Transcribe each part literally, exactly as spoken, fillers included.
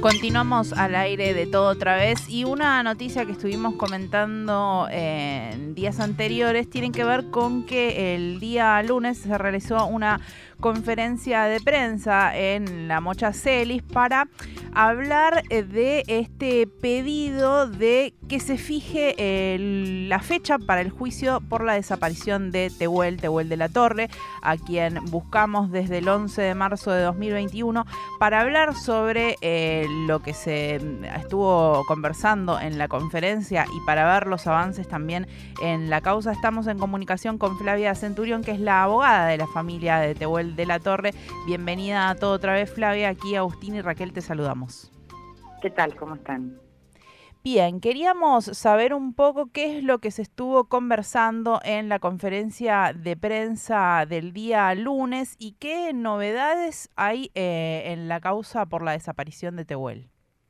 Continuamos al aire de todo otra vez y una noticia que estuvimos comentando en días anteriores tiene que ver con que el día lunes se realizó una conferencia de prensa en la Mocha Celis para hablar de este pedido de que se fije el, la fecha para el juicio por la desaparición de Tehuel, Tehuel de la Torre, a quien buscamos desde el once de marzo de dos mil veintiuno para hablar sobre eh, lo que se estuvo conversando en la conferencia y para ver los avances también en la causa. Estamos en comunicación con Flavia Centurión, que es la abogada de la familia de Tehuel de la Torre. Bienvenida a todo otra vez, Flavia. Aquí Agustín y Raquel te saludamos. ¿Qué tal? ¿Cómo están? Bien, queríamos saber un poco qué es lo que se estuvo conversando en la conferencia de prensa del día lunes y qué novedades hay eh, en la causa por la desaparición de Tehuel.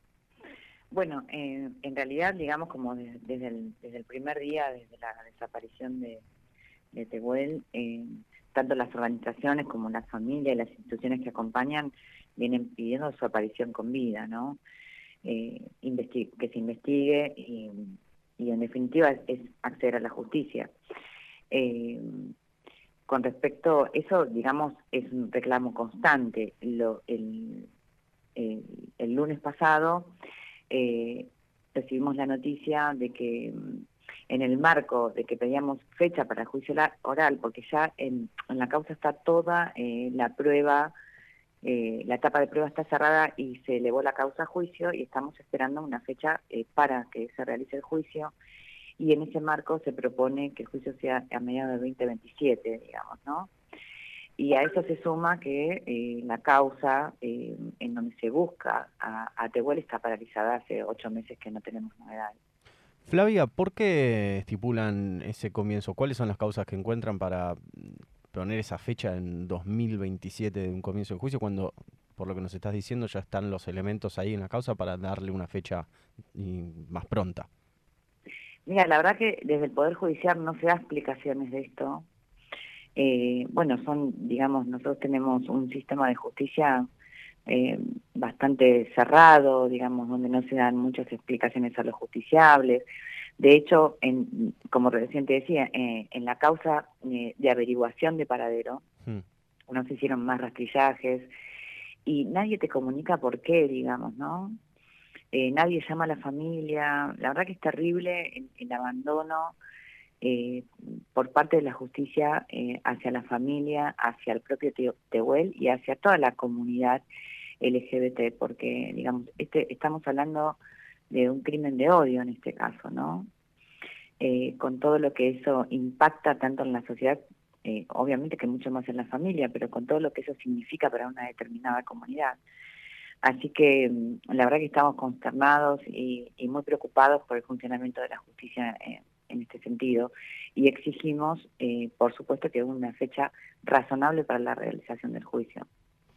Bueno, eh, en realidad, digamos, como de, desde, el, desde el primer día, desde la desaparición de, de Tehuel, eh, tanto las organizaciones como la familia y las instituciones que acompañan vienen pidiendo su aparición con vida, ¿no? Eh, que se investigue y, y en definitiva es, es acceder a la justicia. Eh, con respecto, eso digamos es un reclamo constante. Lo, el, el, el lunes pasado eh, recibimos la noticia de que en el marco de que pedíamos fecha para el juicio oral, porque ya en, en la causa está toda eh, la prueba, Eh, la etapa de prueba está cerrada y se elevó la causa a juicio y estamos esperando una fecha eh, para que se realice el juicio, y en ese marco se propone que el juicio sea a mediados de veinte veintisiete, digamos, ¿no? Y a eso se suma que eh, la causa eh, en donde se busca a, a Tehuel está paralizada hace ocho meses que no tenemos novedades. Flavia, ¿por qué estipulan ese comienzo? ¿Cuáles son las causas que encuentran para poner esa fecha en dos mil veintisiete de un comienzo del juicio, cuando, por lo que nos estás diciendo, ya están los elementos ahí en la causa para darle una fecha más pronta? Mira, la verdad que desde el Poder Judicial no se da explicaciones de esto. Eh, bueno, son, digamos, nosotros tenemos un sistema de justicia eh, bastante cerrado, digamos, donde no se dan muchas explicaciones a los justiciables. De hecho, en, como recién te decía, eh, en la causa eh, de averiguación de paradero, hmm. no se hicieron más rastrillajes y nadie te comunica por qué, digamos, ¿no? Eh, nadie llama a la familia. La verdad que es terrible el, el abandono eh, por parte de la justicia eh, hacia la familia, hacia el propio Tehuel y hacia toda la comunidad L G B T, porque, digamos, este, estamos hablando de un crimen de odio en este caso, ¿no? Eh, con todo lo que eso impacta tanto en la sociedad, eh, obviamente que mucho más en la familia, pero con todo lo que eso significa para una determinada comunidad. Así que la verdad que estamos consternados y, y muy preocupados por el funcionamiento de la justicia eh, en este sentido, y exigimos, eh, por supuesto, que una fecha razonable para la realización del juicio.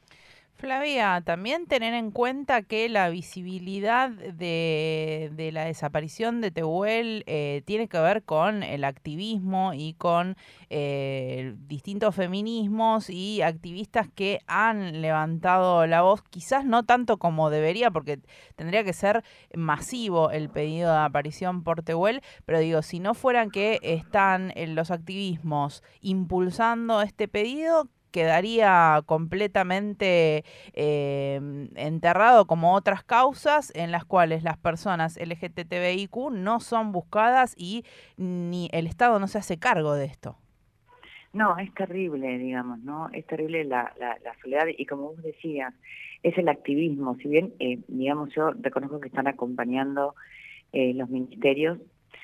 Flavia, también tener en cuenta que la visibilidad de, de la desaparición de Tehuel eh, tiene que ver con el activismo y con eh, distintos feminismos y activistas que han levantado la voz, quizás no tanto como debería, porque tendría que ser masivo el pedido de aparición por Tehuel, pero digo, si no fueran que están en los activismos impulsando este pedido, quedaría completamente eh, enterrado como otras causas en las cuales las personas L G B T I Q no son buscadas y ni el Estado no se hace cargo de esto. No, es terrible, digamos, ¿no? Es terrible la, la, la soledad y, como vos decías, es el activismo. Si bien, eh, digamos, yo reconozco que están acompañando eh, los ministerios,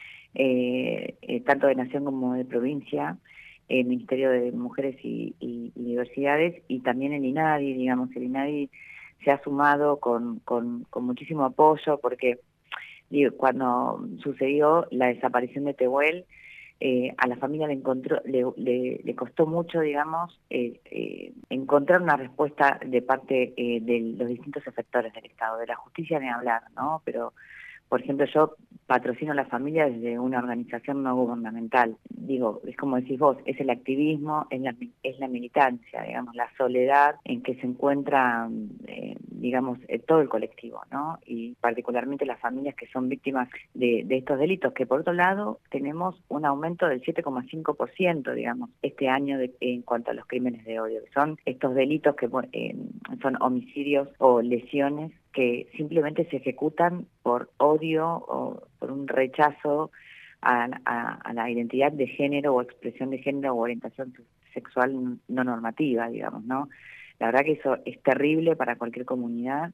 eh, eh, tanto de nación como de provincia, el Ministerio de Mujeres y, y, y Diversidades, y también el INADI, digamos, el INADI se ha sumado con, con, con muchísimo apoyo, porque digo, cuando sucedió la desaparición de Tehuel, eh, a la familia le, encontró, le, le, le costó mucho, digamos, eh, eh, encontrar una respuesta de parte eh, de los distintos efectores del Estado, de la justicia ni hablar, ¿no? Pero, por ejemplo, yo patrocino a la familia desde una organización no gubernamental. Digo, es como decís vos, es el activismo, es la, es la militancia, digamos, la soledad en que se encuentra, eh, digamos, eh, todo el colectivo, ¿no? Y particularmente las familias que son víctimas de, de estos delitos, que por otro lado tenemos un aumento del siete coma cinco por ciento, digamos, este año de, en cuanto a los crímenes de odio, que son estos delitos que eh, son homicidios o lesiones que simplemente se ejecutan por odio o por un rechazo a, a, a la identidad de género o expresión de género o orientación sexual no normativa, digamos, ¿no? La verdad que eso es terrible para cualquier comunidad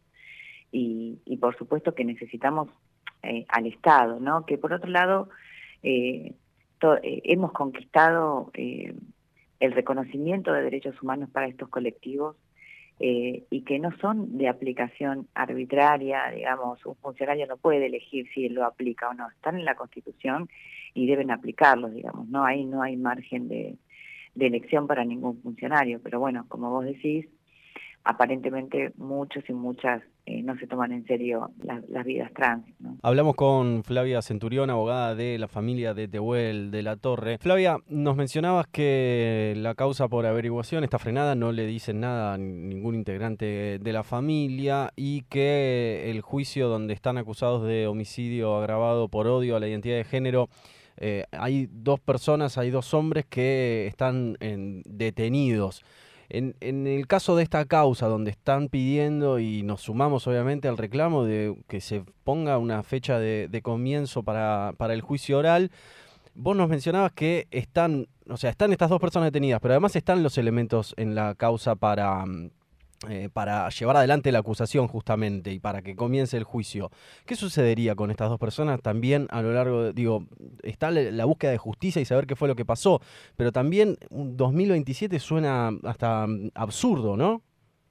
y, y por supuesto que necesitamos eh, al Estado, ¿no? Que por otro lado eh, to, eh, hemos conquistado eh, el reconocimiento de derechos humanos para estos colectivos eh, y que no son de aplicación arbitraria, digamos, un funcionario no puede elegir si él lo aplica o no, están en la Constitución y deben aplicarlos, digamos, ¿no? Ahí no hay margen de de elección para ningún funcionario, pero bueno, como vos decís, aparentemente muchos y muchas eh, no se toman en serio la, las vidas trans, ¿no? Hablamos con Flavia Centurión, abogada de la familia de Tehuel de la Torre. Flavia, nos mencionabas que la causa por averiguación está frenada, no le dicen nada a ningún integrante de la familia y que el juicio donde están acusados de homicidio agravado por odio a la identidad de género, Eh, hay dos personas, hay dos hombres que están en, detenidos. En, en el caso de esta causa, donde están pidiendo, y nos sumamos obviamente al reclamo de que se ponga una fecha de, de comienzo para, para el juicio oral, vos nos mencionabas que están, o sea, están estas dos personas detenidas, pero además están los elementos en la causa para... Eh, para llevar adelante la acusación justamente y para que comience el juicio. ¿Qué sucedería con estas dos personas también a lo largo de, digo, está la búsqueda de justicia y saber qué fue lo que pasó, pero también un dos mil veintisiete suena hasta absurdo, ¿no?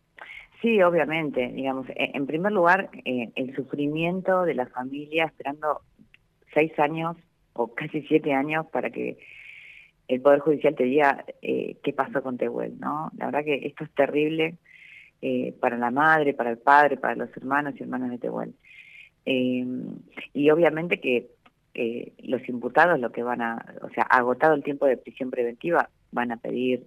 Sí, obviamente, digamos, en primer lugar, eh, el sufrimiento de la familia esperando seis años o casi siete años para que el Poder Judicial te diga eh, qué pasó con Tehuel, ¿no? La verdad que esto es terrible. Eh, para la madre, para el padre, para los hermanos y hermanas de Tehuel. Eh, y obviamente que eh, los imputados lo que van a, o sea, agotado el tiempo de prisión preventiva, van a pedir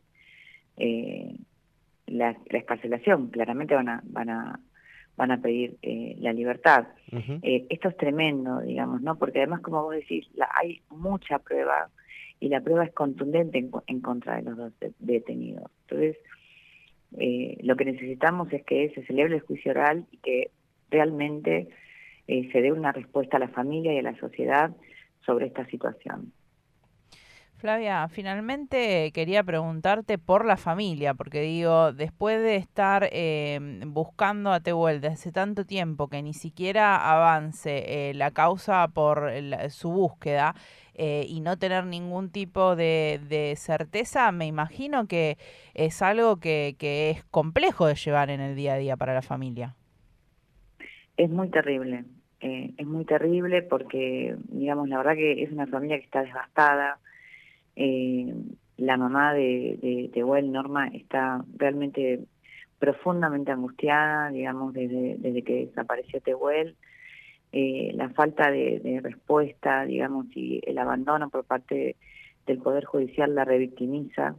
eh, la, la excarcelación, claramente van a, van a, van a pedir eh, la libertad. Uh-huh. eh, esto es tremendo, digamos, ¿no? Porque además, como vos decís, la, hay mucha prueba y la prueba es contundente en, en contra de los dos de, detenidos. Entonces, Eh, lo que necesitamos es que se celebre el juicio oral y que realmente eh, se dé una respuesta a la familia y a la sociedad sobre esta situación. Flavia, finalmente quería preguntarte por la familia, porque digo, después de estar eh, buscando a Tehuel desde hace tanto tiempo que ni siquiera avance eh, la causa por la, su búsqueda eh, y no tener ningún tipo de, de certeza, me imagino que es algo que, que es complejo de llevar en el día a día para la familia. Es muy terrible, eh, es muy terrible porque, digamos, la verdad que es una familia que está desgastada. Eh, la mamá de, de Tehuel, Norma, está realmente profundamente angustiada, digamos, desde, desde que desapareció Tehuel. Eh, la falta de, de respuesta, digamos, y el abandono por parte de, del Poder Judicial la revictimiza.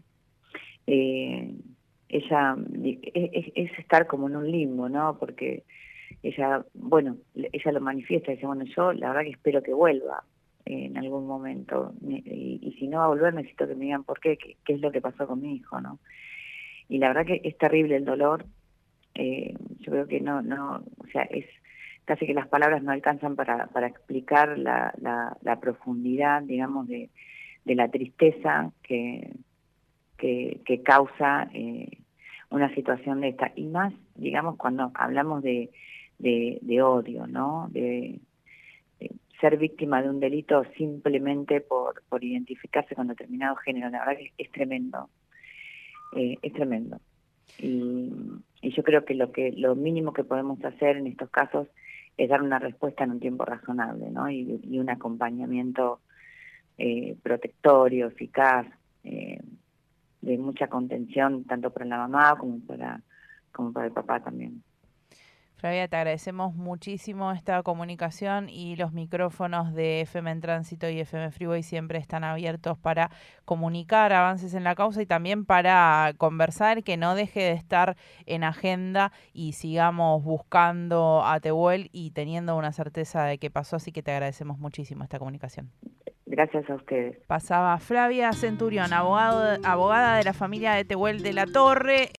Eh, ella es, es estar como en un limbo, ¿no? Porque ella, bueno, ella lo manifiesta, dice, bueno, yo la verdad que espero que vuelva en algún momento, y, y si no va a volver necesito que me digan por qué, qué, qué es lo que pasó con mi hijo, ¿no? Y la verdad que es terrible el dolor, eh, yo creo que no, no, o sea, es casi que las palabras no alcanzan para, para explicar la, la, la profundidad, digamos, de, de la tristeza que, que, que causa eh, una situación de esta, y más, digamos, cuando hablamos de, de, de odio, ¿no? De, ser víctima de un delito simplemente por, por identificarse con determinado género. La verdad que es, es tremendo, eh, es tremendo. Y, y yo creo que lo que lo mínimo que podemos hacer en estos casos es dar una respuesta en un tiempo razonable, ¿no? Y, y un acompañamiento eh, protectorio, eficaz, eh, de mucha contención, tanto para la mamá como para, como para el papá también. Flavia, te agradecemos muchísimo esta comunicación y los micrófonos de F M en Tránsito y F M Freeway siempre están abiertos para comunicar avances en la causa y también para conversar, que no deje de estar en agenda y sigamos buscando a Tehuel y teniendo una certeza de qué pasó, así que te agradecemos muchísimo esta comunicación. Gracias a ustedes. Pasaba Flavia Centurión, abogado, abogada de la familia de Tehuel de la Torre.